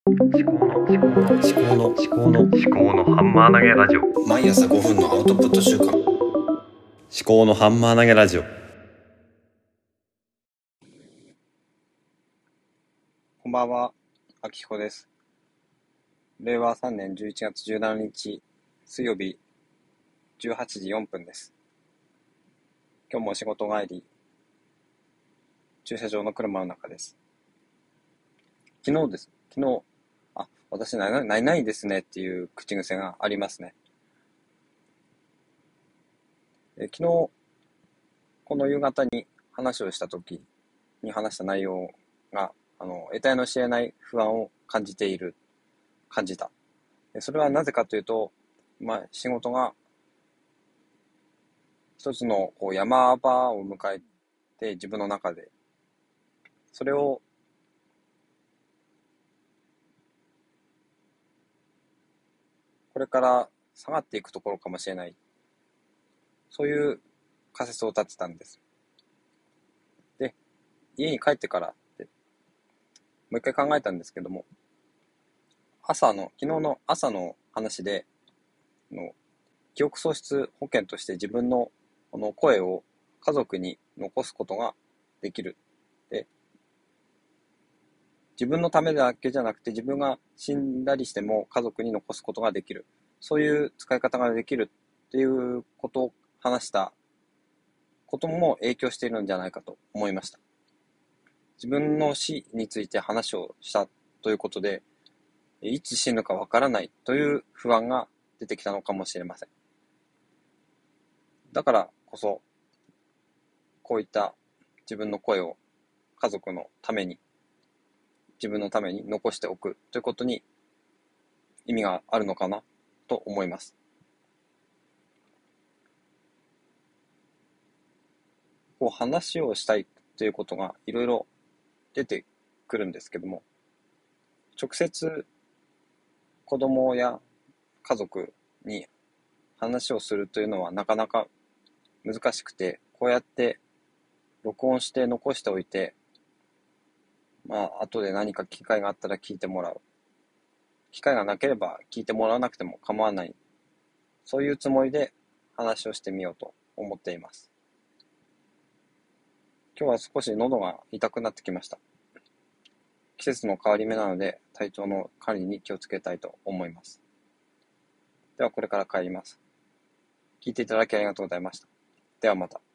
思考のハンマー投げラジオ。 毎朝5分のアウトプット週間。 思考のハンマー投げラジオ。 こんばんは、あきひこです。令和3年11月17日水曜日18時4分です。今日も仕事帰り、駐車場の車の中です。昨日、私ないですねっていう口癖がありますね。昨日、この夕方に話をした時に話した内容が、得体の知れない不安を感じた。それはなぜかというと、仕事が一つの山場を迎えて、自分の中でそれをこれから下がっていくところかもしれない、そういう仮説を立てたんです。で、家に帰ってからもう一回考えたんですけども、昨日の朝の話で、記憶喪失保険として自分のこの声を家族に残すことができる。で、自分のためだけじゃなくて、自分が死んだりしても家族に残すことができる。そういう使い方ができるっていうことを話したことも影響しているんじゃないかと思いました。自分の死について話をしたということで、いつ死ぬかわからないという不安が出てきたのかもしれません。だからこそ、こういった自分の声を家族のために、自分のために残しておくということに意味があるのかなと思います。話をしたいということがいろいろ出てくるんですけども、直接子供や家族に話をするというのはなかなか難しくて、こうやって録音して残しておいて、後で何か機会があったら聞いてもらう。機会がなければ聞いてもらわなくても構わない。そういうつもりで話をしてみようと思っています。今日は少し喉が痛くなってきました。季節の変わり目なので体調の管理に気をつけたいと思います。ではこれから帰ります。聞いていただきありがとうございました。ではまた。